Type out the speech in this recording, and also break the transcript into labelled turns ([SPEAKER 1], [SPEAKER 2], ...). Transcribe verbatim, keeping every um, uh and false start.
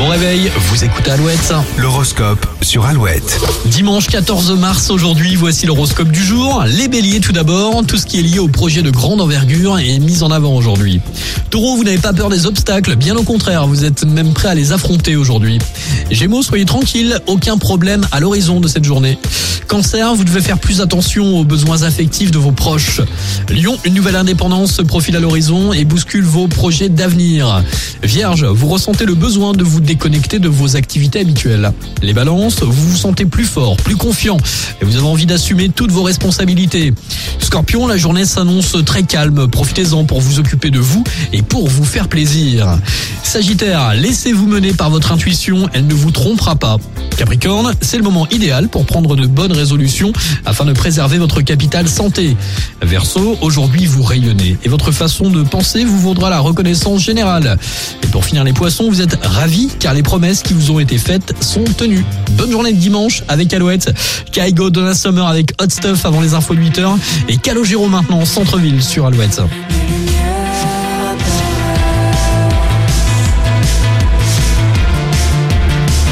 [SPEAKER 1] Bon réveil, vous écoutez Alouette.
[SPEAKER 2] L'horoscope sur Alouette.
[SPEAKER 1] Dimanche quatorze mars aujourd'hui, voici l'horoscope du jour. Les béliers tout d'abord, tout ce qui est lié au projet de grande envergure est mis en avant aujourd'hui. Taureau, vous n'avez pas peur des obstacles, bien au contraire, vous êtes même prêt à les affronter aujourd'hui. Gémeaux, soyez tranquille, aucun problème à l'horizon de cette journée. Cancer, vous devez faire plus attention aux besoins affectifs de vos proches. Lion, une nouvelle indépendance se profile à l'horizon et bouscule vos projets d'avenir. Vierge, vous ressentez le besoin de vous déconnecter de vos activités habituelles. Les balances, vous vous sentez plus fort, plus confiant et vous avez envie d'assumer toutes vos responsabilités. Scorpion, la journée s'annonce très calme, profitez-en pour vous occuper de vous et pour vous faire plaisir. Sagittaire, laissez-vous mener par votre intuition, elle ne vous trompera pas. Capricorne, c'est le moment idéal pour prendre de bonnes résolutions afin de préserver votre capital santé. Verseau, aujourd'hui vous rayonnez et votre façon de penser vous vaudra la reconnaissance générale. Et pour finir les poissons, vous êtes ravis car les promesses qui vous ont été faites sont tenues. Bonne journée de dimanche avec Alouette. Kaigo, Donna Summer avec Hot Stuff avant les infos de huit heures et Calogero maintenant en centre-ville sur Alouette.